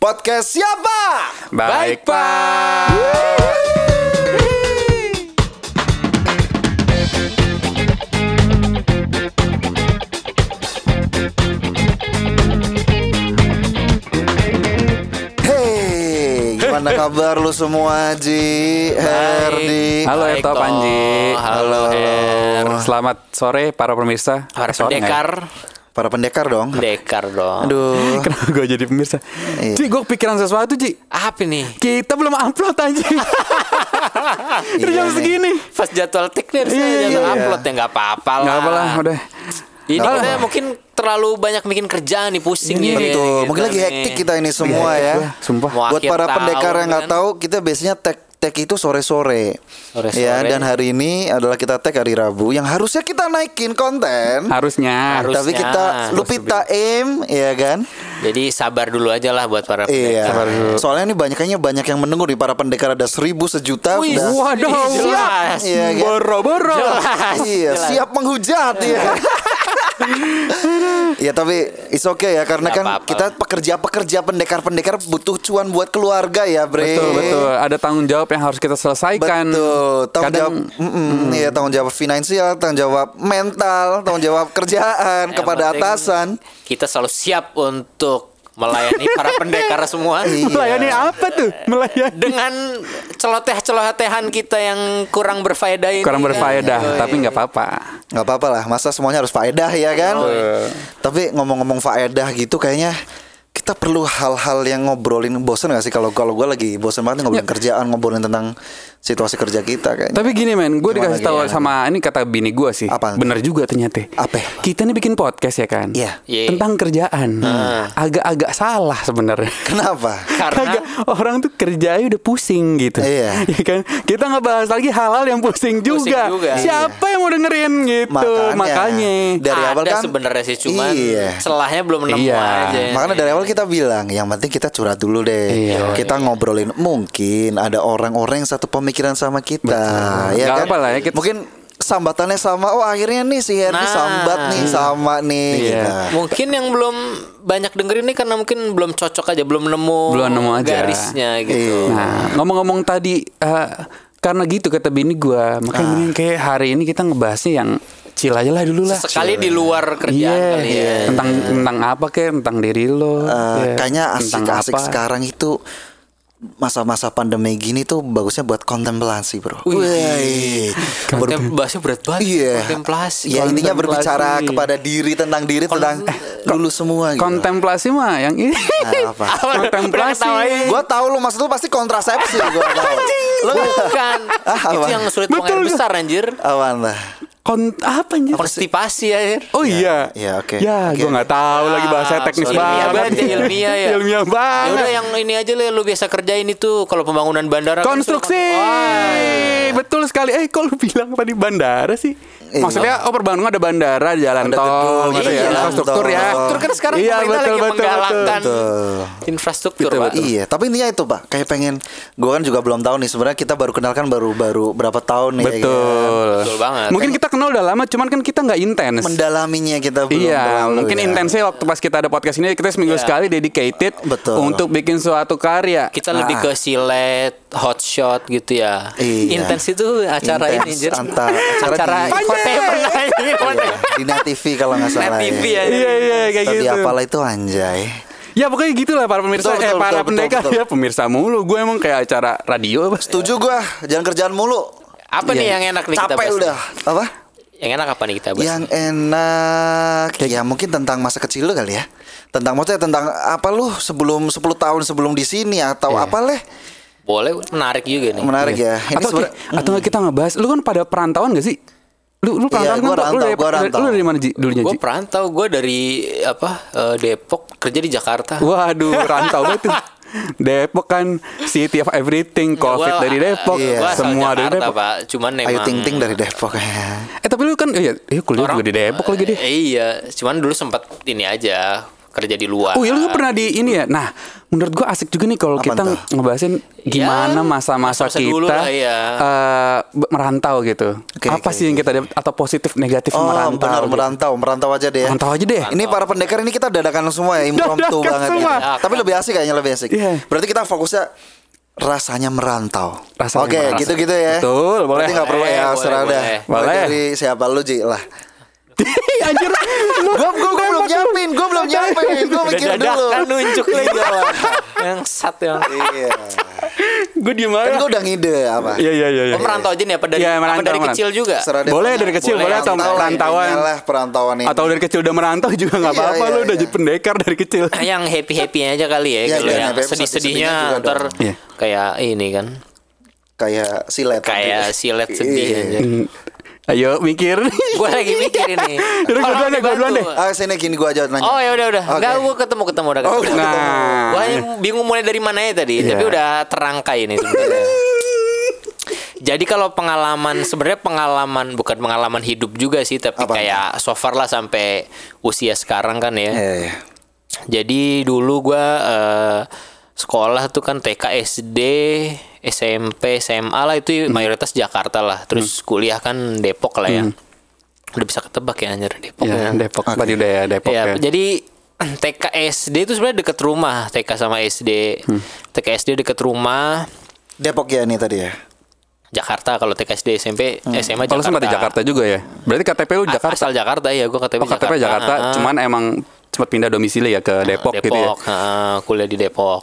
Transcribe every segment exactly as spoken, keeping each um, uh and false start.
podcast siapa? Baik, Pak. Hey, gimana kabar lu semua, Ji? Herdi. Halo Baik Eto, toh. Panji. Halo, Her. Selamat sore para pemirsa. Para Eh, sore nggak ya? pendekar. Para pendekar dong. Pendekar dong. Aduh. Kenapa gue jadi pemirsa? Iya. Ci, gue kepikiran sesuatu, Ci. Apa nih? Kita belum upload aja. Terus Iya jam nih. segini. Pas jadwal tik nih harusnya Iya, jadwal iya. upload ya nggak apa-apa lah. Gak apa lah, udah. Ini Nggak kita apa-apa. mungkin terlalu banyak bikin kerjaan nih, pusing Ini ya. betul. gitu Mungkin lagi nih. hektik kita ini semua Iya, ya. gua, sumpah. Mau Buat akhir para tahun, pendekar yang nggak kan. tahu, kita biasanya tag tag itu sore-sore. Sore-sore. Ya, dan hari ini adalah kita tag hari Rabu yang harusnya kita naikin konten. Harusnya. Harus. Tapi kita lupita aim, ya kan? Jadi sabar dulu aja lah buat para Iya. pendekar. Soalnya ini banyaknya banyak yang menunggu nih para pendekar, ada seribu sejuta. Wih, udah Waduh, jelas. Iya, kan? Boro-boro. Jelas. Iya, Jelas. siap menghujat ya. Ya tapi it's okay ya karena Gak kan apa-apa. kita pekerja-pekerja pendekar-pendekar butuh cuan buat keluarga ya, Bre. Betul, betul. Ada tanggung jawab yang harus kita selesaikan. Betul. Tanggung Kadang, jawab, mm-mm, iya, tanggung jawab finansial, tanggung jawab mental, tanggung jawab kerjaan Yang kepada penting atasan. Kita selalu siap untuk melayani para pendekar semua. Iya. melayani apa tuh? Melayani. Dengan celoteh-celotehan kita yang kurang berfaedah ini. Kurang kan. berfaedah, Yoi. tapi nggak apa-apa. Nggak apa-apa lah, masa semuanya harus faedah ya kan? Oh, Tapi ngomong-ngomong faedah gitu kayaknya kita perlu hal-hal yang ngobrolin. Bosan gak sih kalau kalau gue lagi bosan banget ngobrolin kerjaan, ngobrolin tentang situasi kerja kita kayaknya. Tapi gini men, gue Gimana dikasih tahu gimana? sama ini kata bini gue sih. Apa? Bener juga ternyata. Apa? Kita nih bikin podcast ya kan. Iya. Iya. Tentang kerjaan. Agak-agak salah sebenarnya. Kenapa? Karena Kagak, orang tuh kerjanya udah pusing gitu. Iya. Ya kan? Kita ngebahas lagi hal-hal yang pusing juga. juga. Siapa yang mau dengerin gitu? Makanya. Makanya. Dari awal ada kan sebenarnya sih, cuman Iya. celahnya belum nemu Iya. aja. Makanya dari awal kita bilang yang penting kita curhat dulu deh. Iya. Kita ngobrolin mungkin ada orang-orang yang satu pemikiran sama kita, Betul. ya Gak kan? apa lah ya, kita- Mungkin sambatannya sama. Oh akhirnya nih si Herdi Nah. sambat nih sama nih. Iya. gitu. Mungkin yang belum banyak dengerin nih karena mungkin belum cocok aja, belum nemu, Belum nemu aja. garisnya gitu. Iya. Nah, ngomong-ngomong tadi eh, karena gitu kata bini gue, makanya Ah. mending kayak hari ini kita ngebahasnya yang chill aja lah dulu lah. Sekali di luar kerjaan Iya, kali ya. tentang tentang apa kek, tentang diri lo. Eh, ya. kayaknya Tentang asik-asik apa. sekarang itu masa-masa pandemi gini tuh bagusnya buat kontemplasi, bro. Wih. Wih. Ber- Kontem- bahasnya berat banget. Iya. Kontemplasi. Ya intinya Kontemplasi. berbicara kepada diri tentang diri tentang dulu semua gitu. Kontemplasi mah yang ini. Nah, apa? Kontemplasi. Gua tahu lu maksud lu pasti kontrasepsi gua tahu. Lu Bukan. Ah, Itu apa? yang sulit buang air Betul. besar anjir. awan lah. Kon apa nih? Konstipasi ya. Oh iya. Ya, oke. Ya, Oke. gue nggak tahu lagi bahasa teknis sorry. Ilmiah banget. banget ya, ilmiah ya. Ilmiah Ya banget. udah yang ini aja lah lu biasa kerjain itu kalau pembangunan bandara kan Konstruksi. suka- Wah, iya. Betul sekali. Eh, kok lu bilang tadi bandara sih? Iya. Maksudnya oh perbandungan ada bandara, jalan Ada tol gedung, gitu iya, ya, infrastruktur ya. Infrastruktur kan sekarang Iya, pemerintah betul, lagi betul, menggalakkan betul. infrastruktur, Betul, Pak. betul. Iya, tapi intinya itu, Pak. Kayak pengen gua kan juga belum tahu nih sebenarnya kita baru kenal kan baru baru berapa tahun nih ya kan? Betul. Betul banget. Mungkin kita kenal udah lama, cuman kan kita nggak intens. Mendalaminya kita belum Iya, terlalu, mungkin ya. intensnya waktu pas kita ada podcast ini kita seminggu Iya. sekali dedicated Betul. untuk bikin suatu karya. Kita lebih Ah. ke silet, hotshot gitu ya. Iya. Intens itu acara Intens, ini, Jir. anta- acara acara di- infotainment ini, Iya, di Net T V kalau nggak salah. Net T V ya. ya. Iya iya kayak Tadi gitu. apalah itu anjay. Ya pokoknya gitulah para pemirsa, Betul, eh betul, para betul, pendekar betul, ya pemirsa mulu. Gue emang kayak acara radio apa? Setuju gua, jangan kerjaan mulu. Apa nih yang enak nih kita Capek bahas? udah. Apa? Yang enak apa nih kita bahas? Yang enak ya mungkin tentang masa kecil lu kali ya. Tentang maksudnya tentang apa lu sebelum sepuluh tahun sebelum di sini atau Iya. apa leh? Boleh, menarik juga nih. Menarik ya. Ini Atau sebenarnya atau nggak kita ngebahas? Lu kan pada perantauan gak sih? Lu lu Iya, perantauan gua kan? rantau, Lu dari, gua rantau. lu dari mana Ji? Dulunya Gue Ji? perantau, gue dari apa eh, Depok kerja di Jakarta. Waduh, rantau banget tuh. Depok kan city of everything, Covid Gua- dari Depok, Iya. Gua asal semua dari Jakarta, Depok. Pak. Cuman Ayu memang Ting Ting dari Depok ya. Eh tapi lu kan iya, iya kuliah juga di Depok lagi deh. Eh, iya, cuman dulu sempat ini aja kerja di luar. Oh iya lu nggak pernah di ini ya. Nah menurut gua asik juga nih kalau Apaan kita tuh? ngebahasin gimana Ya, masa-masa masa-masa kita dulu lah, ya. eh, be- merantau gitu. Oke, Apa oke, sih yang kita dapat atau positif negatif Oh merantau? benar gitu. merantau, merantau aja deh ya. Merantau aja deh. Ini para pendekar ini kita dadakan semua ya, impromptu Dadakan banget semua. ya. Tapi lebih asik kayaknya lebih asik. Iya. Berarti kita fokusnya rasanya merantau. Rasanya Oke, merantau. gitu-gitu ya. Betul, boleh. Berarti nggak perlu Boleh, ya boleh, serada. boleh. Mulai Boleh. dari siapa lu Ji lah. Anjir. Gue gue belum nyiapin, gue belum nyiapin, gue Udah mikir dulu. dadakan nunjuk lagi. Iya lah. Yang sat yang. Iya. Gue diem Kan aja. gue udah ngide apa? Iya iya iya. Oh, merantau aja nih apa dari Iya, apa merantau, dari merantau. kecil juga? Serada Boleh banyak. dari kecil, boleh atau Perantauan, perantauan. intinya lah perantauan ini. Atau dari kecil udah merantau juga nggak Iya, apa-apa iya, lu udah iya. jadi pendekar dari kecil. Nah, yang happy happy aja kali ya. Iya, Kalau iya, yang happy-happy, sedih-sedihnya sedih-sedihnya juga ntar dong. Iya. kayak ini kan. Kayak silet. Kayak tadi. silet sedih Iya. aja. Hmm. Ayo mikir. Gue lagi mikir ini. Yaudah, gua duluan deh, gua duluan deh. Ah sini gini gue aja nanya. Oh ya udah udah. Oke. Enggak, gue ketemu ketemu udah ketemu. Oh, udah Nah. ketemu. Gue bingung mulai dari mana ya tadi, Iya. tapi udah terangkai ini sebenarnya. Jadi kalau pengalaman sebenarnya pengalaman bukan pengalaman hidup juga sih, tapi Apa? kayak so far lah sampai usia sekarang kan ya. Iya, iya. Jadi dulu gue eh, sekolah tuh kan T K, S D, S M P, S M A lah itu mayoritas Jakarta lah. Terus kuliah kan Depok lah ya. Udah bisa ketebak ya anjir Depok. Ya, ya. Depok tadi udah ya Depok Ya, ya. jadi T K S D itu sebenarnya deket rumah. T K sama S D. T K S D deket rumah. Depok ya ini tadi ya. Jakarta kalau T K S D S M P S M A Kalau Jakarta. sempat di Jakarta juga ya. Berarti K T P lu A- Jakarta. Asal Jakarta ya, gue K T P Oh, K T P Jakarta, Ah, ah. cuman emang sempat pindah domisili ya ke Depok, Depok gitu ya. ah, kuliah di Depok.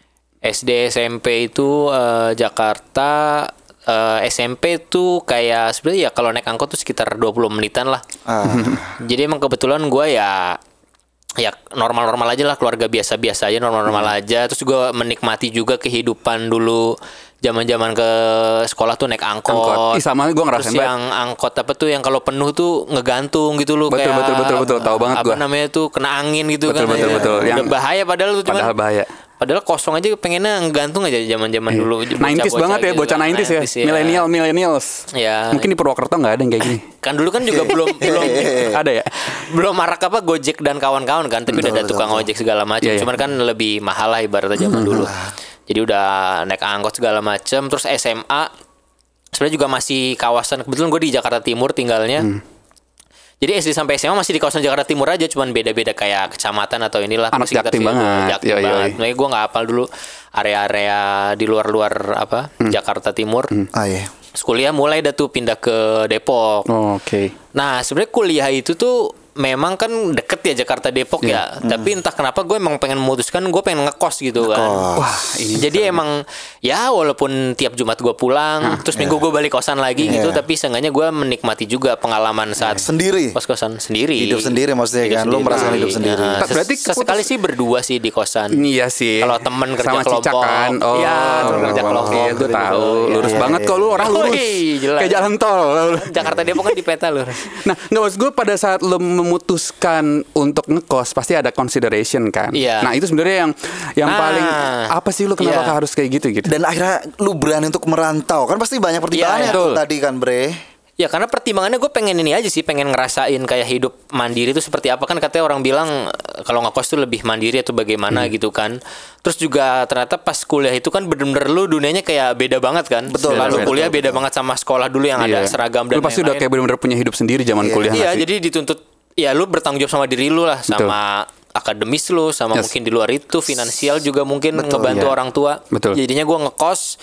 S D S M P itu eh, Jakarta. eh, S M P tuh kayak sebenarnya ya kalau naik angkot tuh sekitar dua puluh menitan lah. Ah. Jadi emang kebetulan gue ya ya normal-normal aja lah, keluarga biasa-biasa aja, normal-normal Hmm. aja. Terus gue menikmati juga kehidupan dulu zaman-zaman ke sekolah tuh naik angkot. Angkot. Ih, sama gue ngerasain Terus banget. yang angkot apa tuh yang kalau penuh tuh ngegantung gitu loh. Betul, kayak, betul, betul, betul. Tahu banget apa gua. namanya tuh kena angin gitu Betul, kan. betul, Ya. betul. Udah Yang- bahaya padahal tuh cuman Padahal bahaya. Padahal kosong aja pengennya ngegantung aja zaman-zaman dulu. sembilan puluh banget ya, gitu bocah kan, sembilan puluh ya. nineties ya. Millennial, millennials. Ya. Mungkin di Purwokerto nggak ada yang kayak gini. Kan dulu kan juga belum belum Ada ya? belum marak apa Gojek dan kawan-kawan kan, tapi udah ada betul, tukang betul. ojek segala macam. Iya, iya. Cuman kan lebih mahal lah ibaratnya zaman dulu. Jadi udah naik angkot segala macam. Terus S M A sebenarnya juga masih kawasan. Kebetulan gue di Jakarta Timur tinggalnya. Hmm. Jadi S D sampai S M A masih di kawasan Jakarta Timur aja, cuman beda-beda kayak kecamatan atau inilah. Anak sekitar Jaktim situ. banget. Jaktim Yoi, yoi. banget. Makanya gue nggak hafal dulu area-area di luar-luar apa Hmm. Jakarta Timur. Ah iya. Terus kuliah mulai dah tuh pindah ke Depok. Oh, Oke. Nah sebenarnya kuliah itu tuh memang kan deket ya Jakarta Depok ya. Tapi entah kenapa gue emang pengen memutuskan gue pengen ngekos gitu kan. Ngekos. Wah, ini Jadi emang ya walaupun tiap Jumat gue pulang, terus minggu gue balik kosan lagi gitu, Iya. tapi seenggaknya gue menikmati juga pengalaman saat Sendiri. kos-kosan sendiri. Hidup sendiri maksudnya kan? Lu merasakan hidup sendiri. Nah, Berarti berarti keputus- sesekali sih berdua sih di kosan. Iya sih. Kalau temen kerja sama kelompok. Cica kan. Oh, Iya, temen kerja kelompok. Iya, gue gitu-gitu. tahu. Iya, Lurus iya, banget iya. kok lu orang lurus. Wih, jelas. Kayak jalan tol. Jakarta Depok kan di peta loh. Nah, nggak maksud gue pada saat lo memutuskan untuk ngekos pasti ada consideration kan. Iya. Nah itu sebenarnya yang yang Nah. paling apa sih lo kenapa Iya. harus kayak gitu gitu? Dan akhirnya lu berani untuk merantau. Kan pasti banyak Iya, pertimbangannya betul. tuh tadi kan Bre. Ya karena pertimbangannya gue pengen ini aja sih, pengen ngerasain kayak hidup mandiri itu seperti apa. Kan katanya orang bilang eh, kalau ngekos tuh lebih mandiri atau bagaimana Hmm. gitu kan. Terus juga ternyata pas kuliah itu kan bener-bener lu dunianya kayak beda banget kan. Betul, Lalu betul, kuliah betul, beda betul. banget sama sekolah dulu yang ada Iya. seragam dan Lu pasti udah lain-lain. kayak benar-benar punya hidup sendiri zaman Iya. kuliah Iya, nggak sih? jadi dituntut ya lu bertanggung jawab sama diri lu lah, sama akademis lu, sama Yes. mungkin di luar itu finansial juga mungkin Betul, ngebantu iya. orang tua. Betul. Jadinya gua ngekos.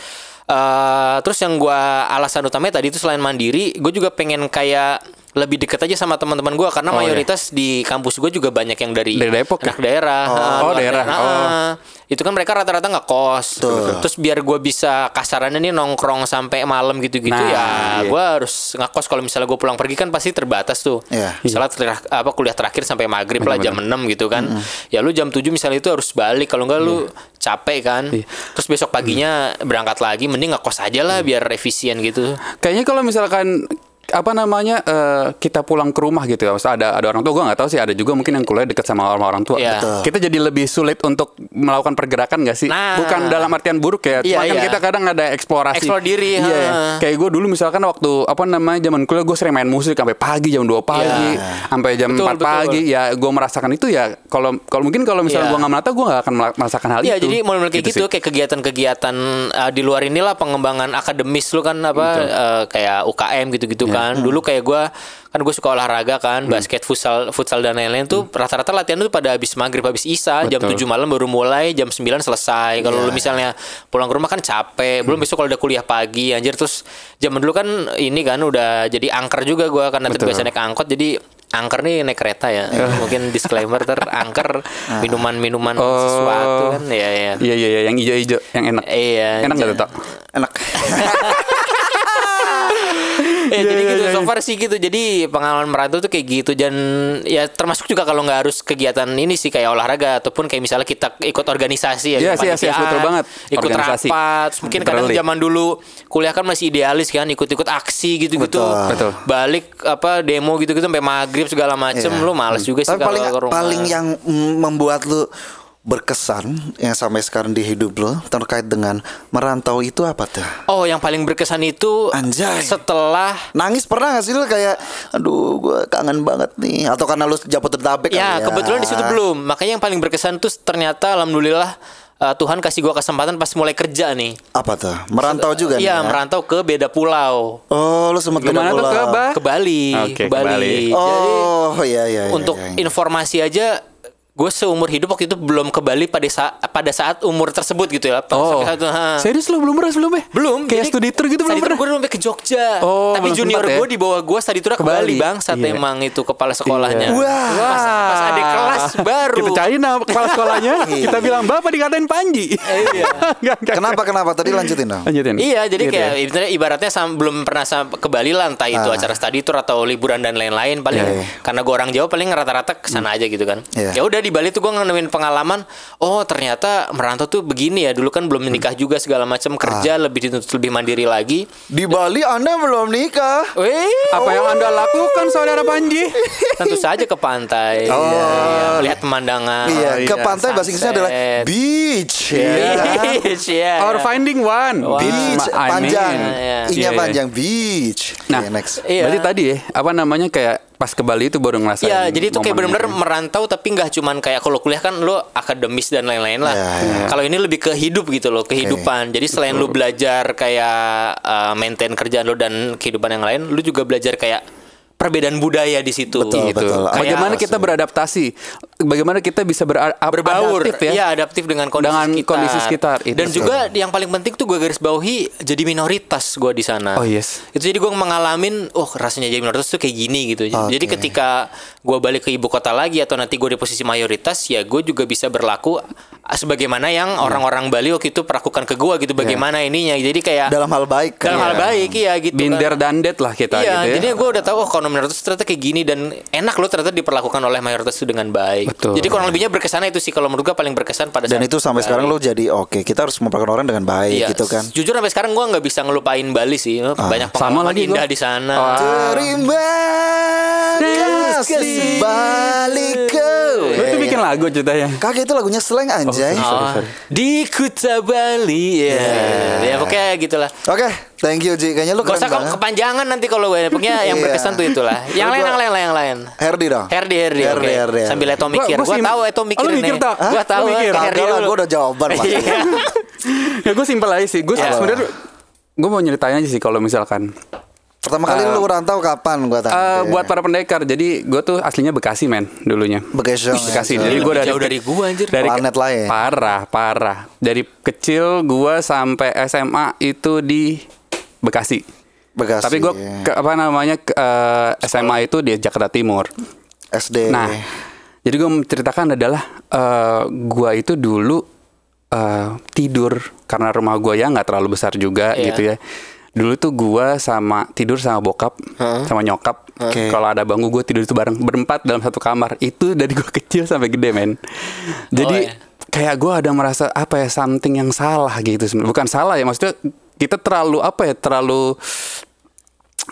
eh terus yang gua alasan utamanya tadi itu selain mandiri, gue juga pengen kayak lebih deket aja sama teman-teman gue karena Oh, mayoritas di kampus gue juga banyak yang dari, Dari Depok ya? anak daerah. Oh, eh, oh, luar daerah. Ah, itu kan mereka rata-rata nggak kos. Betul. Terus biar gue bisa kasarannya nih nongkrong sampai malam gitu-gitu Nah, ya, iya. gue harus ngekos. Kalau misalnya gue pulang pergi kan pasti terbatas tuh. Iya. Misalnya ter- apa kuliah terakhir sampai maghrib lah jam enam gitu kan. Ya lu jam tujuh misalnya itu harus balik, kalau enggak lu capek kan. Iya. Terus besok paginya berangkat lagi, mending ngekos aja lah biar efisien gitu. Kayaknya kalau misalkan apa namanya uh, kita pulang ke rumah gitu ya. Maksudnya ada ada orang tua, gue nggak tahu sih, ada juga mungkin yang kuliah dekat sama orang orang tua. Iya. Betul. Kita jadi lebih sulit untuk melakukan pergerakan nggak sih? Nah. Bukan dalam artian buruk ya. Iya, Cuma kan iya. kita kadang ada eksplorasi. Explore diri, Iya. ha. Kayak gue dulu misalkan waktu apa namanya zaman kuliah gue sering main musik sampai pagi jam dua pagi, Iya. sampai jam Betul, empat betul. pagi. Ya gue merasakan itu ya. Kalau kalau mungkin kalau misalnya Iya. gue nggak menata, gue nggak akan merasakan hal Iya, itu. jadi mulai kayak gitu, sih. kayak kegiatan-kegiatan uh, di luar inilah pengembangan akademis lu kan apa uh, kayak U K M gitu-gitu Iya. kan. Dulu kayak gue kan gue suka olahraga kan, basket, futsal, futsal dan lain-lain tuh rata-rata latihan tuh pada habis maghrib, habis isya, jam Betul. tujuh malam baru mulai, jam sembilan selesai. Kalau lu misalnya pulang ke rumah kan capek, belum besok kalau udah kuliah pagi anjir. Terus zaman dulu kan ini kan udah jadi angker juga gue karena Betul. biasa naik angkot, jadi angker nih naik kereta ya. Mungkin disclaimer ter angker minuman-minuman sesuatu kan ya ya. Iya iya iya, yang hijau-hijau, yang enak. Iya. Enak nggak tuh, Tok? Enak. Ya, Iya, jadi iya, gitu, iya, so iya. far sih gitu. Jadi pengalaman merantau tuh kayak gitu. Dan ya termasuk juga kalau nggak harus kegiatan ini sih kayak olahraga ataupun kayak misalnya kita ikut organisasi ya, Yes, yes, yes, kepanitiaan, betul banget. ikut Organisasi. rapat. Terus mungkin kadang Literally. zaman dulu kuliah kan masih idealis kan, ikut-ikut aksi gitu-gitu. Betul. Betul. Balik apa demo gitu-gitu sampai maghrib segala macem. Iya. Lu males juga sih Tapi kalau paling ke rumah. paling yang mm, membuat lu berkesan yang sampai sekarang di hidup lo terkait dengan merantau itu apa tuh? Oh, yang paling berkesan itu Anjay. setelah Nangis pernah gak sih lo kayak aduh gue kangen banget nih, atau karena lu Jabodetabek kali ya, ya? kebetulan di situ belum. Makanya yang paling berkesan tuh ternyata alhamdulillah uh, Tuhan kasih gua kesempatan pas mulai kerja nih. Apa tuh? Merantau juga nih Iya, ya? merantau ke beda pulau. Oh, lu sempat Gimana tuh, ke Ba? Ke Bali. Oke, ke Bali. ke Bali. Jadi Oh, iya iya iya. untuk iya, iya. informasi aja, gue seumur hidup waktu itu belum ke Bali pada saat pada saat umur tersebut gitu ya. Pada Oh, saat itu, ha. serius lo belum pernah sebelumnya? Belum. Kayak studi tour gitu belum Study tour pernah? gue sampai ke Jogja. Oh, Tapi belum junior sempat ya? gue di bawah gue study tour ke, Ke Bali, Bali. bang. Saat Iya. emang itu kepala sekolahnya. Iya. Wah. Pas, pas ada kelas baru. Kita cari nama kepala sekolahnya. Kita bilang bapak dikatain Panji. Iya. Nggak, nggak, Kenapa kenapa tadi lanjutin dong? Lanjutin. Iya, jadi Gitu kayak ya? ibaratnya, ibaratnya sam- belum pernah sam- ke Bali lah, entah itu Ah. acara study tour atau liburan dan lain-lain. Paling Iya, iya. karena gue orang Jawa paling rata-rata kesana aja gitu kan. Iya. Ya udah di Bali tuh gue nemuin pengalaman. Oh ternyata merantau tuh begini ya. Dulu kan belum menikah juga segala macam, kerja Ah. lebih dituntut lebih mandiri lagi. Di Bali Anda belum nikah. Wih, Apa yang Anda lakukan saudara Panji? tentu saja ke pantai. Oh. Iya, iya. Lihat pemandangan. Iya, iya. ke pantai bahasa Inggrisnya adalah Sunset. beach. Iya. Ya. Iya. Or finding one. Beach Ma- I panjang. mean. Iya. I-nya Iya, iya. panjang beach. Nah, Oke, next. Iya. Berarti tadi ya, apa namanya kayak pas ke Bali itu baru ngerasain. Iya, jadi itu kayak momennya. benar-benar merantau tapi nggak cuman kayak kalau kuliah kan lo akademis dan lain-lain lah. Iya, iya. Kalau ini lebih ke hidup gitu loh, kehidupan. Jadi selain lu belajar kayak uh, maintain kerjaan lo dan kehidupan yang lain, lu juga belajar kayak perbedaan budaya di situ. Betul, Gitu. betul. Kayak- Bagaimana kita beradaptasi? Bagaimana kita bisa ber- berbaur adaptif ya? Iya, adaptif dengan kondisi Dengan sekitar. kondisi sekitar, itu Dan betul. juga yang paling penting tuh gue garis bawahi jadi minoritas gue di sana. Oh, yes. Itu jadi gue mengalamin, oh rasanya jadi minoritas tuh kayak gini gitu. Jadi Oke. ketika gue balik ke ibu kota lagi atau nanti gue di posisi mayoritas, ya gue juga bisa berlaku sebagaimana yang orang-orang Bali waktu itu perlakukan ke gue gitu. Bagaimana ininya. Jadi kayak Dalam hal baik kan. dalam hal ya. baik iya gitu. Binder kan. dan det lah kita Iya, gitu ya. jadi gue udah tahu oh kalau minoritas ternyata kayak gini dan enak loh ternyata diperlakukan oleh mayoritas itu dengan baik. Betul. Jadi kurang lebihnya berkesan itu sih kalau menurut gue paling berkesan pada Dan saat itu sampai Bali. sekarang lo jadi oke, kita harus memperlakukan orang dengan baik Iya, gitu kan. jujur sampai sekarang gue nggak bisa ngelupain Bali sih. Banyak Sama pengalaman lagi indah gua. di sana. Oh, Terima kasih balikku. Lu tuh bikin lagu ceritanya. Kagak, itu lagunya slang anjay. Oh, di Kuta Bali ya, ya pokoknya gitulah. Oke, thank you Ji. Kayaknya lu Gak keren usah banget. kepanjangan nanti kalau gue pokoknya yang Iya. berkesan tuh itulah. Yang lain, yang lain, yang lain. Herdi dong. Herdi, Herdi, Herdi, oke. Herdi, Herdi. Sambil Eto mikir. Gua- gua Gue sim- tahu Eto mikir Oh, lu mikir, nih. Tak? Gue Hah? tahu. Lu mikir? ke Herdi Kagak lah, dulu. gue udah jawaban Mas. Iya. Ya gue simpel aja sih. Gue Ya. sebenarnya gue mau nyeritain aja sih kalau misalkan Pertama kali lu rantau kapan gua tanya? Eh, buat para pendekar. Jadi gue tuh aslinya Bekasi men dulunya. Bekasi. Bekasi. ya. Jadi gue dari Jauh dari gua, anjir. Dari Planet lain. Parah, parah. Dari kecil gue sampai S M A itu di Bekasi. Bekasi. Tapi gue apa namanya ke, eh, S M A itu di Jakarta Timur. S D. Nah, jadi gue menceritakan adalah eh, gue itu dulu eh, tidur karena rumah gue ya nggak terlalu besar juga Iya. gitu ya. Dulu tuh gue sama tidur sama bokap, sama nyokap. Oke. Kalau ada bangku gue tidur itu bareng berempat dalam satu kamar. Itu dari gue kecil sampai gede men. Oh, Jadi iya. kayak gue ada merasa apa ya something yang salah gitu sebenarnya. Bukan salah ya, maksudnya kita terlalu apa ya terlalu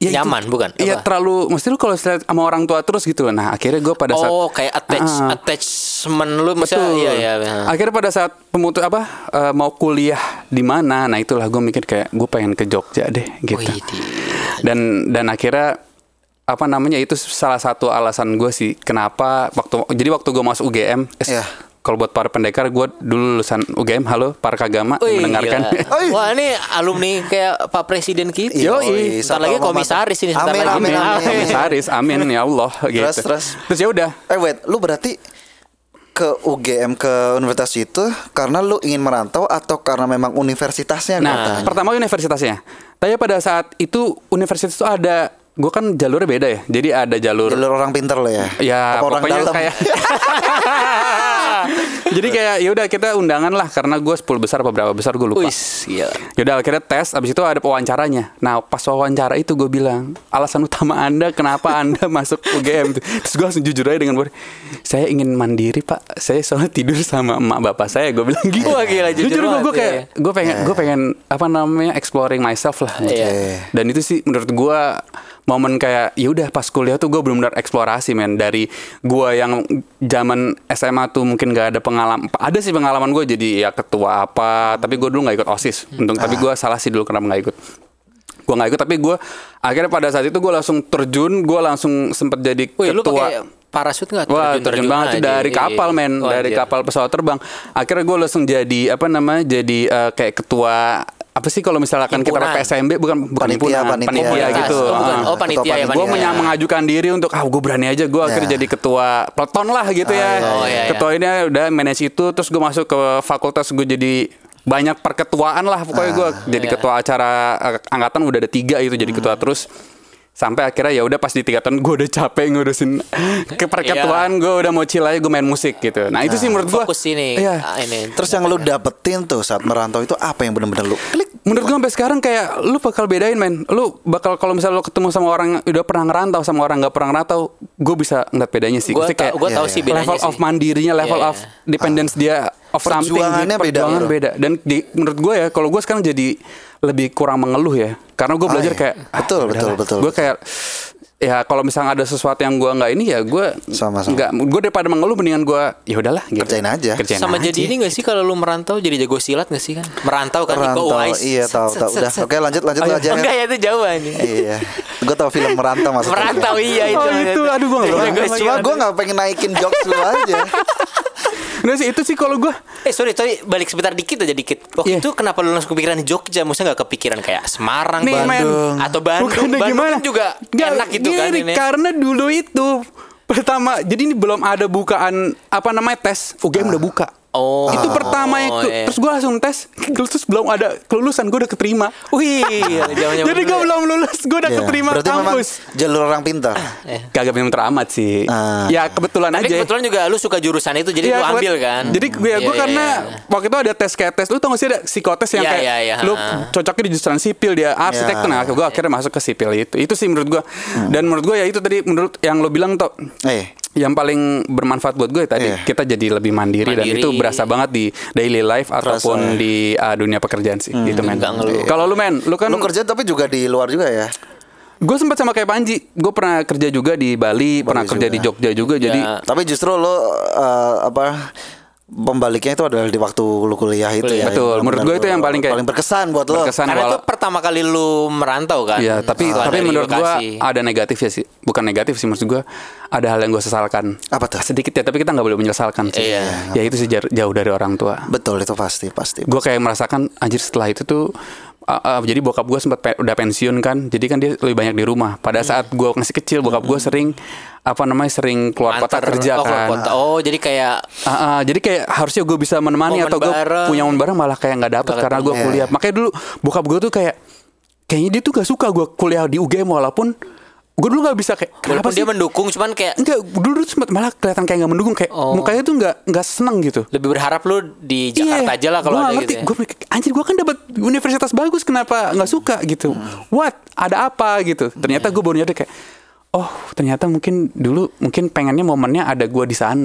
ya nyaman itu, bukan? Iya Apa? terlalu, mesti lu kalau sama orang tua terus gitu loh. Nah akhirnya gue pada saat Oh kayak attach Ah, attachment lu maksudnya betul. iya iya. Akhirnya pada saat pemutus apa uh, mau kuliah di mana, nah itulah gue mikir kayak gue pengen ke Jogja deh gitu. Wih, di- Dan dan akhirnya apa namanya itu salah satu alasan gue sih kenapa waktu jadi waktu gue masuk U G M. eh, Iya. Kalau buat para pendekar, gue dulu lulusan U G M. Halo para kagama Wih, yang mendengarkan. gila. Oi. Wah ini alumni kayak Pak Presiden kita. Yoi. Bentar lagi komisaris ini. Bentar Amin, lagi. amin, amin. Komisaris, amin ya Allah gitu. Terus, terus. Terus ya udah. Eh wait, lu berarti ke U G M, ke universitas itu karena lu ingin merantau atau karena memang universitasnya? Nah, gua tanya? pertama universitasnya. Tapi pada saat itu universitas itu ada, gue kan jalurnya beda ya. Jadi ada jalur, jalur orang pinter lo ya? ya Apa orang pokoknya dalam? kayak. Jadi kayak ya udah kita undangan lah karena gue sepuluh besar apa berapa besar gue lupa. Wis, gila. Yaudah akhirnya tes, abis itu ada wawancaranya. Nah pas wawancara itu gue bilang, alasan utama anda kenapa anda masuk U G M? Terus gue langsung jujur aja dengan gue, saya ingin mandiri pak, saya soalnya tidur sama emak bapak saya. Gue bilang gitu. Wah, gila, jujur gue banget, gue kayak ya. gue pengen gue pengen apa namanya exploring myself lah. Iya. Dan itu sih menurut gue momen kayak ya udah pas kuliah tuh gue benar-benar eksplorasi men, dari gue yang zaman S M A tuh mungkin gak ada pengalaman, ada sih pengalaman gue jadi ya ketua apa, tapi gue dulu nggak ikut OSIS untung, tapi gue salah sih dulu kenapa nggak ikut. Gue nggak ikut tapi gue akhirnya pada saat itu gue langsung terjun, gue langsung sempet jadi Wih, lu ketua. pakai parasut nggak? Wah terjun banget tuh aja. dari kapal men, Wah, dari anjir. kapal pesawat terbang. Akhirnya gue langsung jadi apa namanya, jadi eh, kayak ketua apa sih kalau misalkan kita Himpunan. pakai S M B, bukan bukan Panitia, himpunan, panitia. gitu. Oh, bukan. Ah. Oh, panitia ya, Ketua Gue panitia. mengajukan diri untuk ah gue berani aja, gue akhirnya Ya. jadi ketua peleton lah gitu ya. Oh, iya, iya. Ketua ini udah manage itu, terus gue masuk ke fakultas, gue jadi banyak perketuaan lah pokoknya. Gue jadi iya. ketua acara eh, angkatan udah ada tiga itu, jadi ketua terus. Sampai akhirnya ya udah pas di tiga tahun gue udah capek ngurusin ke perketuaan, gue udah mau chill aja, gue main musik gitu. Nah itu sih menurut gue Fokus ini. Iya. ah, ini. Terus yang lu dapetin tuh saat merantau itu apa yang bener-bener lu klik? Menurut gue sampai sekarang kayak lu bakal bedain men. Lu bakal kalau misalnya lu ketemu sama orang yang udah pernah ngerantau sama orang nggak pernah ngerantau, gue bisa ngeliat bedanya sih. Gue Maksudnya kayak gue tahu iya, sih iya. bedanya level sih. of mandirinya, level Iya, of dependence dia of something Perjuangannya gitu, beda, perjuangan bro. beda. Dan di, menurut gue ya, kalau gue sekarang jadi lebih kurang mengeluh ya, karena gue belajar iya. kayak Betul, betul, betul, Gue betul. kayak ya kalau misalnya ada sesuatu yang gue nggak ini ya gue Sama-sama. nggak, gue daripada mengeluh mendingan gue ya udahlah gitu. Kerjain aja. Kerjain Sama aja. jadi ini gak sih kalau lu merantau jadi jago silat gak sih kan? Merantau kan Iko Merantau, Uwais. iya tahu Set, tahu. set, Udah, set. oke lanjut lanjut Oh, lu iya. aja. Met. Enggak ya itu jauh aja. Iya, gue tau film merantau maksudnya. Merantau iya itu. Oh, itu, aduh, gua nggak Jago pernah. Cuma silat. gue nggak pengen naikin jokes lu aja. Nah sih itu sih kalau gue Eh sorry, sorry balik sebentar dikit aja dikit. Waktu Iya. itu kenapa lu langsung kepikiran Jogja? Maksudnya gak kepikiran kayak Semarang, Nih, men. Bandung atau Bandung? Bukannya Bandung gimana? kan juga Nggak, enak gitu kan gini, ini. Karena dulu itu pertama, jadi ini belum ada bukaan apa namanya tes. U G M udah buka. Oh. Itu pertama yang Oh, iya. terus gue langsung tes, terus belum ada kelulusan, gue udah keterima. Wih, zaman-zaman Jadi gue dulu ya. belum lulus, gue udah Iya. keterima Berarti memang kampus. jalur orang pintar. Kagak memang teramat sih. Ah. Ya kebetulan Tapi aja. kebetulan juga lu suka jurusan itu jadi Iya, lu ambil kebet- kan. Jadi gue, Iya, gue iya, karena iya. waktu itu ada tes kayak tes. Lu tau gak sih ada psikotes yang Iya, kayak iya, iya, lu ha. cocoknya di jurusan sipil, dia arsitek. Iya. Nah gue akhirnya masuk ke sipil itu. Itu sih menurut gue. Dan menurut gue ya itu tadi menurut yang lo bilang tuh. Eh, Yang paling bermanfaat buat gue tadi, Iya. kita jadi lebih mandiri, dan Mandiri. itu berasa banget di daily life ataupun ya. di uh, dunia pekerjaan sih gitu men. nggak ngeluh. Kalau lu men, lu kan lu kerja tapi juga di luar juga ya? gue sempat sama kayak Panji, gue pernah kerja juga di Bali, pernah kerja juga. di Jogja juga, jadi Ya. Tapi justru lo uh, apa pembaliknya itu adalah di waktu lu kuliah itu ya. Betul, yang menurut gue itu yang paling kayak- paling berkesan buat lo. berkesan. Karena Wala- itu pertama kali lu merantau kan. Iya, tapi Setelah tapi dari menurut gua Bekasi. ada negatifnya sih. Bukan negatif sih, maksud gua ada hal yang gua sesalkan. Apa tuh? Sedikit ya, tapi kita nggak boleh menyesalkan sih. Iya. Ya itu sih jar- jauh dari orang tua. Betul, itu pasti pasti. Gue kayak merasakan anjir setelah itu tuh uh, uh, jadi bokap gue sempat pe- udah pensiun kan, jadi kan dia lebih banyak di rumah. Pada saat gue masih kecil, bokap gue sering apa namanya sering keluar kota Antar- kerja oh, keluar kan. kota. Oh, jadi kayak Uh, uh, jadi kayak harusnya gue bisa menemani Momen atau gue bareng. punya momen bareng, malah kayak nggak dapet Nggak karena gue ketemu. kuliah. Makanya dulu bokap gue tuh kayak kayaknya dia tuh gak suka gue kuliah di U G M, walaupun gue dulu nggak bisa kayak kenapa walaupun sih? dia mendukung cuman kayak Enggak, dulu tuh sempat malah kelihatan kayak nggak mendukung, kayak Oh. mukanya tuh nggak nggak seneng gitu. lebih berharap lu di Jakarta aja lah kalau Iya, gua ada nggak ngerti. gitu ya. Gue mikir, anjir gue kan dapat universitas bagus, kenapa nggak suka gitu? What? Ada apa gitu? Ternyata gue baru nyadar kayak, oh ternyata mungkin dulu mungkin pengennya momennya ada gue di sana.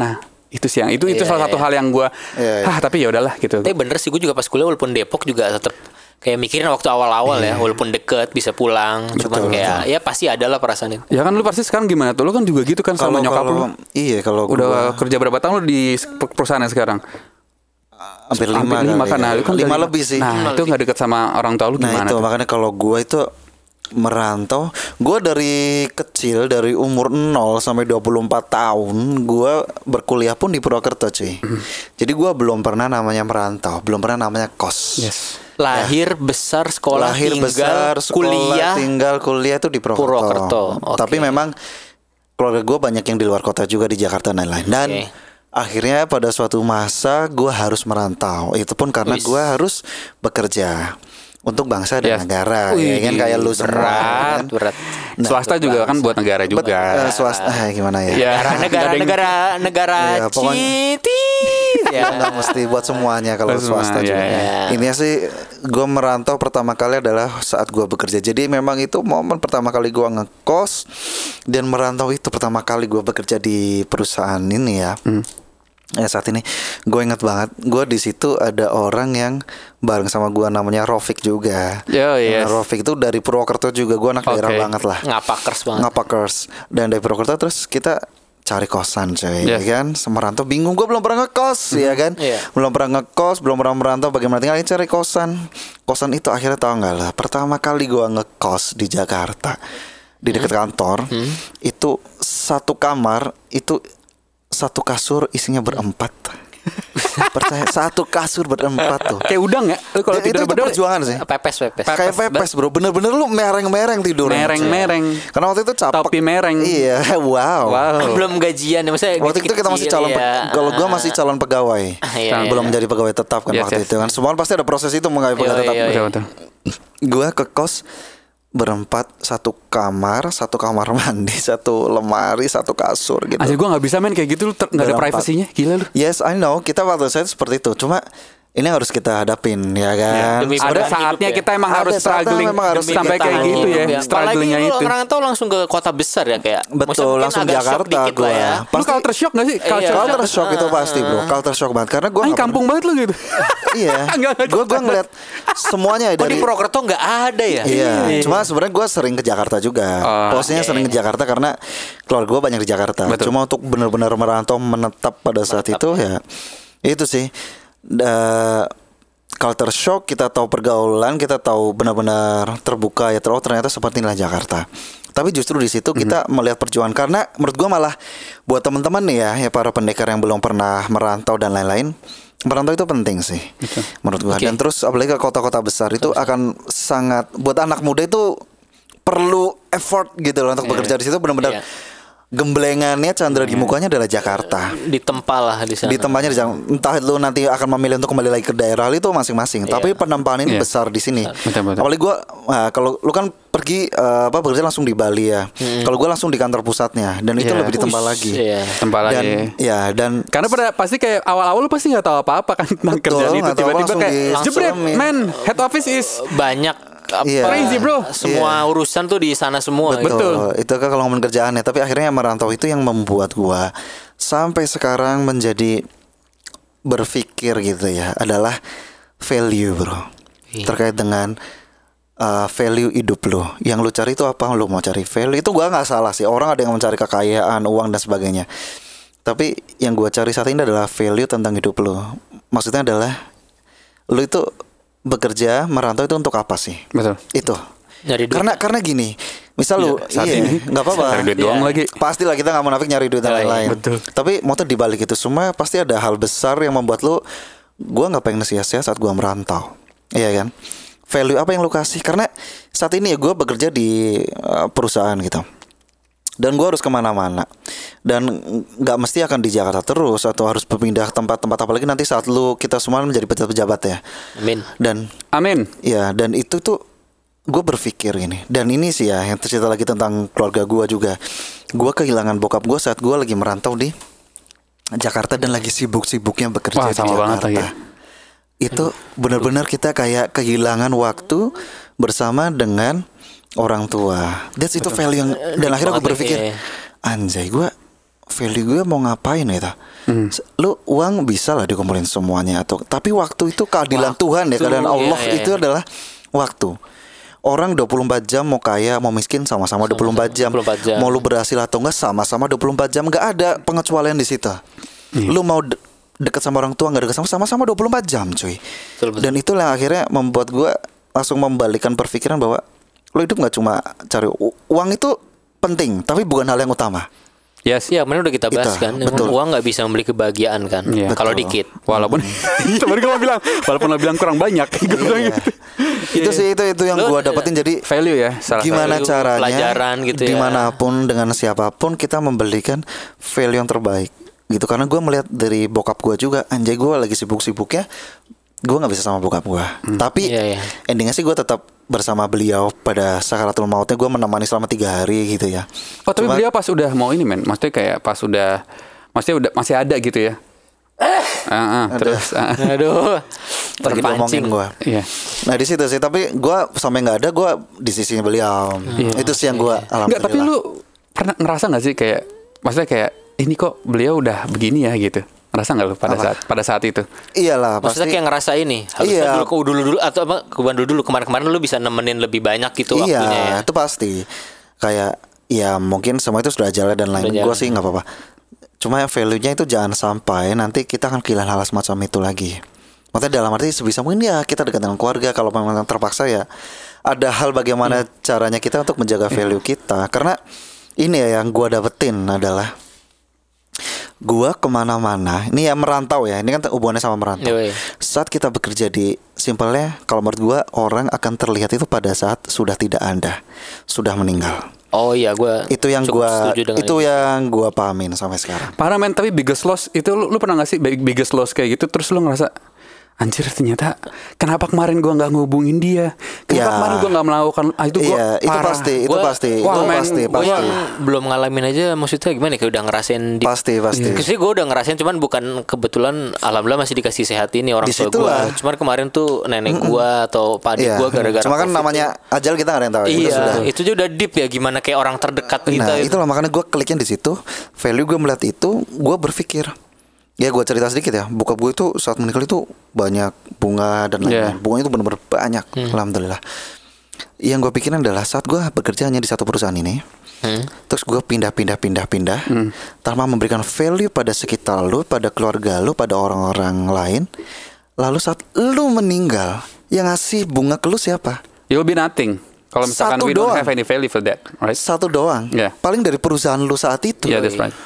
Itu sih yang itu itu Iya, salah satu iya. hal yang gue Iya, iya. ah tapi ya udahlah gitu. Tapi bener sih gue juga pas kuliah walaupun Depok juga tetap kayak mikirin waktu awal-awal ya, walaupun deket bisa pulang, cuman kayak ya pasti ada lah perasaan itu. Ya kan lu pasti sekarang gimana tuh? Lu kan juga gitu kan sama Kalau nyokap lu. kalau iya kalau Udah gua kerja berapa tahun lu di perusahaannya sekarang? hampir lima, lima kali kan, ya. nah, lu kan lima dari- lebih sih. Nah, itu nggak deket sama orang tua lu Nah gimana itu tuh? makanya kalau gue itu merantau, gue dari kecil dari umur nol sampai dua puluh empat tahun gue berkuliah pun di Purwokerto cuy. Jadi gue belum pernah namanya merantau, belum pernah namanya kos. Yes. Lahir besar sekolah Lahir tinggal besar, sekolah, kuliah tinggal kuliah itu di Purwokerto. Purwokerto, oke. Tapi memang keluarga gue banyak yang di luar kota juga di Jakarta dan lain-lain. Dan Oke. akhirnya pada suatu masa gue harus merantau. Itu pun karena Wis. gue harus bekerja untuk bangsa dan Yes. negara. Wih, Ya kan kayak lu semua. berat, kan? berat. Swasta juga kan buat negara Bet- juga. eh, swasta eh, gimana ya? Ya. Negara negara Nggak ada yang- negara negara Iya, pokoknya- citit ya. Nggak mesti buat semuanya kalau Buat semua, swasta ya, juga. ya. Intinya sih gue merantau pertama kali adalah saat gue bekerja. Jadi memang itu momen pertama kali gue ngekos dan merantau itu pertama kali gue bekerja di perusahaan ini ya. Hmm. Ya saat ini gue inget banget gue di situ ada orang yang bareng sama gue namanya Rofik juga. Yo, yes. Nah, Rofik itu dari Purwokerto juga, gue anak daerah Oke. banget lah. Ngapakers banget. Ngapakers. Dan dari Purwokerto terus kita cari kosan coy, Yes. ya kan? Semerantau bingung, gue belum pernah ngekos, ya kan? Iya. Belum pernah ngekos, belum pernah merantau, bagaimana tinggal ini cari kosan. Kosan itu akhirnya tahu nggak lah, pertama kali gue ngekos di Jakarta di dekat kantor, itu satu kamar itu satu kasur isinya berempat. Percaya, satu kasur berempat tuh. Kayak udang ya? Lu kalau Ya, itu, tidur itu berdua perjuangan sih. Pepes pepes. Kayak pepes bro, bener-bener lu mereng-mereng tidur. mereng-mereng. Karena waktu itu capek. Topi mereng. Iya, wow. Wow. Belum gajian ya, maksudnya Waktu itu kita masih calon, pe- ya. kalau gua masih calon pegawai, Iya, iya. belum menjadi pegawai tetap kan Yes, waktu yes. itu kan. Semua pasti ada proses itu mengenai pegawai Iya, tetap. iya, iya. Betul, betul. Gua ke kos berempat, satu kamar, satu kamar mandi, satu lemari, satu kasur gitu. Aja gue nggak bisa main kayak gitu, lu ter- nggak ada Berempat. privasinya, gila lu. Yes, I know. Kita waktu saya seperti itu. Cuma ini harus kita hadapin ya kan. Demi Ada bertahan saatnya hidup ya. kita emang Ada harus saatnya struggling memang harus sampai kayak bertahan gitu hidup ya, ya. strugglingnya Apalagi itu. lu orang tuh langsung ke kota besar ya kayak. Betul, maksudnya mungkin langsung agak shock Jakarta dikit lah gua. ya. Lu Pasti- culture shock gak sih? Iya, Culture shock. Culture shock itu pasti bro, culture shock banget karena gue Anjing kampung banget lu gitu. Iya, Nggak, nggak gue gue ngeliat semuanya Oh di dari. Purwokerto nggak ada ya? Iya, cuma sebenarnya gue sering ke Jakarta juga. Oh, Posnya oke. sering ke Jakarta karena keluarga gue banyak di Jakarta. Betul. Cuma untuk benar-benar merantau menetap pada saat itu ya itu sih. Da- culture shock, kita tahu pergaulan, kita tahu benar-benar terbuka ya. Terus ternyata seperti inilah Jakarta. Tapi justru di situ kita melihat perjuangan karena menurut gue malah buat teman-teman nih ya, ya para pendekar yang belum pernah merantau dan lain-lain. Merantau itu penting sih menurut gua. Oke. Dan terus apalagi ke kota-kota besar itu akan sangat buat anak muda itu perlu effort gitu loh untuk Iya. bekerja di situ benar-benar Iya. gemblengannya Chandra di mukanya adalah Jakarta. Ditempa lah di sana. Di tempatnya di Jakarta. Entah lu nanti akan memilih untuk kembali lagi ke daerah itu masing-masing. Tapi penempaan ini Iya. besar di sini. Betul, betul. Apalagi gua nah, kalau lu kan pergi eh, apa bekerja langsung di Bali ya. Kalau gua langsung di kantor pusatnya dan itu Iya. lebih ditempa Ush, lagi. iya. Tempat Dan lagi. ya dan Karena pada pasti kayak awal-awal lu pasti nggak tahu apa-apa kan tentang Betul, kerjaan itu, nggak tahu, tiba-tiba langsung kayak di- jebret, langsung man, head office is Banyak apa, Iya. Crazy, bro. Semua urusan tuh di sana semua. Betul. gitu. Itu kan kalau ngomongin kerjaannya. Tapi akhirnya merantau itu yang membuat gua sampai sekarang menjadi berpikir gitu ya adalah value bro. Iya. Terkait dengan uh, value hidup lo. Yang lu cari itu apa? Lu mau cari value itu gua nggak salah sih. Orang ada yang mencari kekayaan, uang dan sebagainya. Tapi yang gua cari saat ini adalah value tentang hidup lo. Maksudnya adalah lu itu bekerja merantau itu untuk apa sih? betul. Itu. Nyari duit. Karena karena gini, misal lu Iya, saat iya, ini. nggak apa-apa. Cari duit doang Iya. lagi. Pastilah kita nggak munafik nyari duit dan Oh, iya, lain-lain. betul. Tapi motor dibalik itu semua pasti ada hal besar yang membuat lu, gua nggak pengen sia-sia saat gua merantau, iya kan? Value apa yang lu kasih? Karena saat ini ya gua bekerja di uh, perusahaan gitu. Dan gua harus kemana-mana. Dan nggak mesti akan di Jakarta terus atau harus berpindah ke tempat-tempat apalagi nanti saat lu kita semua menjadi pejabat-pejabat ya. Amin. Dan Amin. ya dan itu tuh gue berpikir ini. Dan ini sih ya yang cerita lagi tentang keluarga gue juga. Gue kehilangan bokap gue saat gue lagi merantau di Jakarta dan lagi sibuk-sibuknya bekerja Wah, di sama banget Jakarta. lagi. Itu benar-benar kita kayak kehilangan waktu bersama dengan orang tua. That's itu value yang dan akhirnya gue banget, berpikir iya. anjay gue value gue mau ngapain gitu. Hmm. Lu uang bisa lah dikumpulin semuanya atau tapi waktu itu keadilan Waktu, Tuhan ya, keadilan Allah iya, iya, itu iya. adalah waktu. Orang dua puluh empat jam mau kaya mau miskin sama-sama dua puluh empat jam. dua puluh empat jam. Mau lu berhasil atau enggak sama-sama dua puluh empat jam, enggak ada pengecualian di situ. Hmm. Lu mau de- deket sama orang tua enggak deket sama sama-sama dua puluh empat jam, cuy. Betul, betul. Dan itulah yang akhirnya membuat gue langsung membalikan perpikiran bahwa lu hidup nggak cuma cari u- uang itu penting, tapi bukan hal yang utama. Yes. Ya, kemarin udah kita Itu, bahas kan. betul. Uang nggak bisa membeli kebahagiaan kan. Iya. Kalau Betul. dikit. Walaupun kemarin gue mau bilang, walaupun lo bilang kurang banyak, gue bilang Iya. gitu. Itu sih itu itu yang Lu, gue dapetin. Jadi Value ya, salah gimana value, caranya pelajaran gitu ya. dimanapun dengan siapapun kita memberikan value yang terbaik gitu. Karena gue melihat dari bokap gue juga, anjay gue lagi sibuk-sibuknya gue nggak bisa sama bokap gue. Hmm. Tapi Iya, iya. endingnya sih gue tetap bersama beliau pada sakaratul mautnya. Gue menemani selama tiga hari gitu ya. Oh tapi Cuma- beliau pas udah mau ini men, maksudnya kayak pas udah, maksudnya udah masih ada gitu ya. Eh, uh, terus, uh, Aduh. lagi Terpancing. ngomongin gue. iya. Nah di situ sih, tapi gue sampai nggak ada gue di sisinya beliau. Itu sih yang gue alhamdulillah. Enggak, tapi lu pernah ngerasa nggak sih kayak, maksudnya kayak ini kok beliau udah begini ya gitu? Ngerasa nggak lu pada Apa? saat pada saat itu? Iyalah Maksudnya pasti. kayak ngerasa ini harusnya Iya. dulu ke dulu dulu atau apa keban dulu dulu kemarin-kemarin lu bisa nemenin lebih banyak gitu Iya, waktunya ya. itu pasti. Kayak ya mungkin semua itu sudah jalan dan lain. Sudah Gue jalan. sih nggak apa-apa. Cuma value-nya itu jangan sampai nanti kita akan kehilangan hal semacam itu lagi. Maksudnya dalam arti sebisa mungkin ya kita dekat dengan keluarga. Kalau memang terpaksa ya ada hal bagaimana Hmm. caranya kita untuk menjaga value kita. Karena ini ya yang gue dapetin adalah gua kemana-mana, ini ya merantau ya, ini kan hubungannya sama merantau. Iya, iya. Saat kita bekerja di simpelnya, kalau menurut gua orang akan terlihat itu pada saat sudah tidak ada, sudah meninggal. Oh iya, gue Itu yang gua, itu yang gua pahamin sampai sekarang. Parah men, tapi biggest loss itu lu, lu pernah gak sih big- biggest loss kayak gitu terus lu ngerasa anjir ternyata kenapa kemarin gua nggak ngehubungin dia, kenapa Ya. kemarin gua nggak melakukan ah, itu gua Iya, itu parah. pasti, itu Gua- pasti, wah, itu men, pasti, gua pasti, yang belum ngalamin aja maksudnya gimana ya, kayak udah ngerasain di pasti, pasti. Kesini gue udah ngerasain, cuman bukan kebetulan alhamdulillah masih dikasih sehat ini orang tua gue. Disitulah. Cuman kemarin tuh nenek gue atau pak adik Iya. gue gara-gara Cuma kan COVID namanya ajal kita nggak ada yang tahu. tuh, ya. Itu iya, sudah. itu aja udah deep ya, gimana kayak orang terdekat kita. Nah itu. itulah makanya gue kliknya di situ. Value gue melihat itu, gue berpikir. Ya gue cerita sedikit ya. Bokap gue itu saat meninggal itu banyak bunga dan lain-lain. Yeah. Bunganya itu benar-benar banyak. Alhamdulillah. Yang gue pikirin adalah saat gue bekerja hanya di satu perusahaan ini, Hmm. terus gue pindah-pindah-pindah-pindah, tanpa memberikan value pada sekitar lu, pada keluarga lu, pada orang-orang lain. Lalu saat lu meninggal, yang ngasih bunga ke lu siapa? You'll be nothing. Kalau misalkan Satu we don't doang. have any value for that, right? Satu doang. Yeah. Paling dari perusahaan lu saat itu. Yeah, that's right.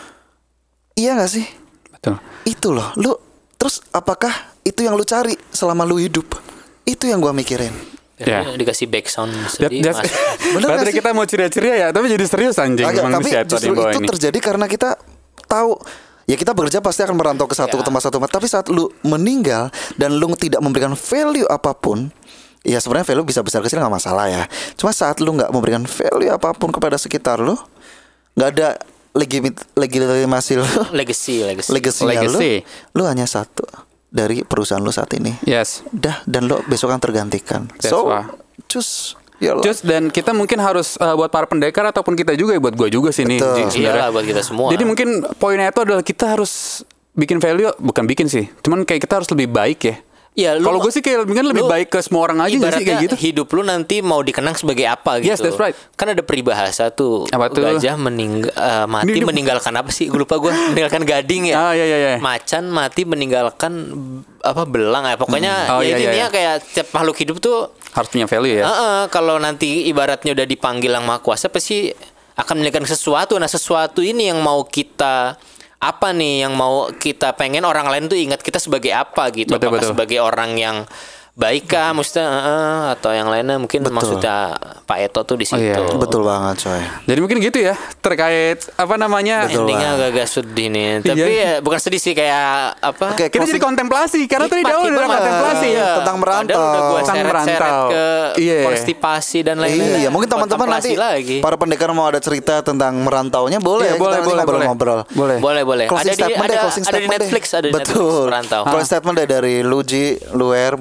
Iya gak sih? Betul. Itu loh, lu terus apakah itu yang lu cari selama lu hidup? Itu yang gua mikirin. Ya. Jadi dikasih back sound That, sedih. that's, Mas. Bener gak Tadi sih? kita mau ceria-ceria ya, tapi jadi serius anjing. Agak, Emang tapi si Edward justru yang bawa itu ini. terjadi karena kita tahu ya kita bekerja pasti akan merantau ke satu Ya. tempat satu tempat. Tapi saat lu meninggal dan lu tidak memberikan value apapun, ya sebenarnya value bisa besar kecil nggak masalah ya. Cuma saat lu nggak memberikan value apapun kepada sekitar lu, nggak ada legimit legitimasi lu, legacy, legacy. legasinya lu, Legacy. lu hanya satu dari perusahaan lu saat ini. Yes. Dah, dan lo besok akan tergantikan. That's So, why. cus, ya Allah. Just dan kita mungkin harus uh, buat para pendekar ataupun kita juga ya, buat gue juga sih nih. Betul. Ji, sebenarnya. Iyalah buat kita semua. Jadi mungkin poinnya itu adalah kita harus bikin value, bukan bikin sih. Cuman kayak kita harus lebih baik ya. Ya, lu- kalau gue sih kayak mungkin lebih lu baik ke semua orang aja nggak sih kayak gitu. hidup lu nanti mau dikenang sebagai apa gitu. Yes, that's right. Kan ada peribahasa tuh, Apa tuh? gajah mening eh, mati Ini- ini- meninggalkan apa sih? Gue lupa gue. Meninggalkan gading ya. Ah, iya, iya, iya. Macan mati meninggalkan apa belang ya. Pokoknya Hmm. Oh, ya iya, iya, intinya iya. kayak setiap makhluk hidup tuh Harus punya value ya. Heeh, kalau nanti ibaratnya udah dipanggil yang Maha Kuasa pasti akan meninggalkan sesuatu. Nah, sesuatu ini yang mau kita apa nih yang mau kita pengen orang lain tuh ingat kita sebagai apa gitu. Betul, Apakah betul. sebagai orang yang baik kah maksudnya heeh, atau yang lainnya mungkin Betul. maksudnya Pak Eto tuh di Oh, situ. iya. Betul banget, coy. Jadi mungkin gitu ya terkait apa namanya. Betul. Endingnya agak-agak sedih nih. Tapi ya bukan sedih sih kayak apa? Oke, Kita jadi kontemplasi karena tadi Hikmat, jauh hikmat. dari kontemplasi Iya. ya. Tentang merantau. Padahal udah gua Tentang seret-seret merantau. ke Iya. konstipasi dan lain-lain. Iya, mungkin teman-teman nanti Kontemplasi lagi. para pendekar mau ada cerita tentang merantaunya boleh. Iya, Kita boleh, nanti boleh, ngobrol-ngobrol. Boleh. Boleh, boleh. Closing Ada di statement ada, deh, closing ada di statement deh. Netflix, ada di Netflix Betul. Merantau. Closing statement deh dari Luji, Luer buat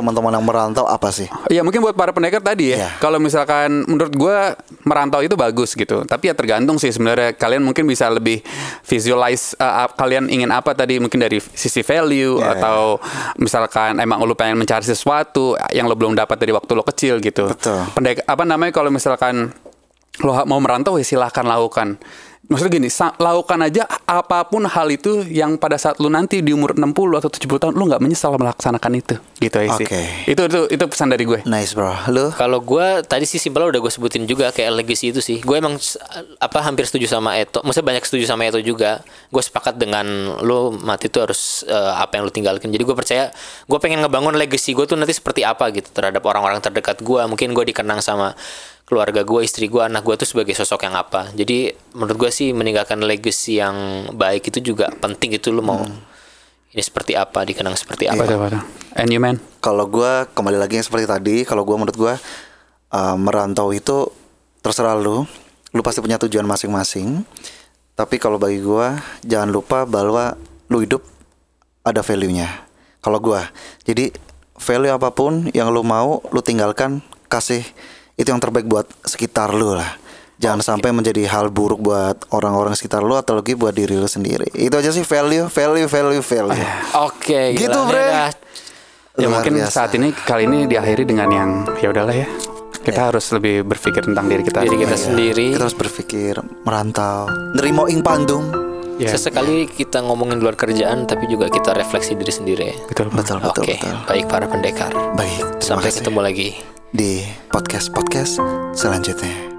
teman-teman yang merantau apa sih? Iya mungkin buat para pendekar tadi ya. Iya. Kalau misalkan menurut gue merantau itu bagus gitu. Tapi ya tergantung sih sebenarnya. Kalian mungkin bisa lebih visualize uh, kalian ingin apa tadi, mungkin dari sisi value Iya, atau misalkan emang lu pengen mencari sesuatu yang lo belum dapat dari waktu lo kecil gitu. Betul. Pendek apa namanya kalau misalkan lo mau merantau ya silahkan lakukan. Maksudnya gini, sa- lakukan aja apapun hal itu yang pada saat lu nanti di umur enam puluh atau tujuh puluh tahun lu nggak menyesal melaksanakan itu. Gitu ya sih. Oke. Itu itu itu pesan dari gue. Nice bro. Lu? Kalau gue tadi sih simpel udah gue sebutin juga kayak legacy itu sih. Gue emang s- apa hampir setuju sama Eto. Maksudnya banyak setuju sama Eto juga. Gue sepakat dengan lo mati itu harus eh, apa yang lo tinggalkan. Jadi gue percaya gue pengen ngebangun legacy gue tuh nanti seperti apa gitu terhadap orang-orang terdekat gue. Mungkin gue dikenang sama keluarga gue, istri gue, anak gue tuh sebagai sosok yang apa. Jadi menurut gue sih meninggalkan legacy yang baik itu juga penting. Itu lo mau ini seperti apa, dikenang seperti apa. Betul, betul. And you man? Kalau gue kembali lagi yang seperti tadi, kalau gue menurut gue uh, merantau itu terserah lu, lu pasti punya tujuan masing-masing. Tapi kalau bagi gue jangan lupa bahwa lu hidup ada value-nya. Kalau gue, jadi value apapun yang lu mau, lu tinggalkan, kasih itu yang terbaik buat sekitar lu lah. Jangan Oke. sampai menjadi hal buruk buat orang-orang sekitar lu atau lagi buat diri lu sendiri. Itu aja sih value, value, value, value. Oke, Gitu, gila. Bre. Ini udah Ya Luar mungkin biasa. saat ini kali ini diakhiri dengan yang ya udahlah ya. Kita harus lebih berpikir tentang diri kita. diri kita Iya. sendiri. Kita harus berpikir merantau, nerimo ing pandung. Ya, Sesekali kita ngomongin luar kerjaan, tapi juga kita refleksi diri sendiri. betul. Betul, betul, Oke, betul. baik para pendekar. Baik, terima Sampai kasih. ketemu lagi. Di podcast-podcast selanjutnya.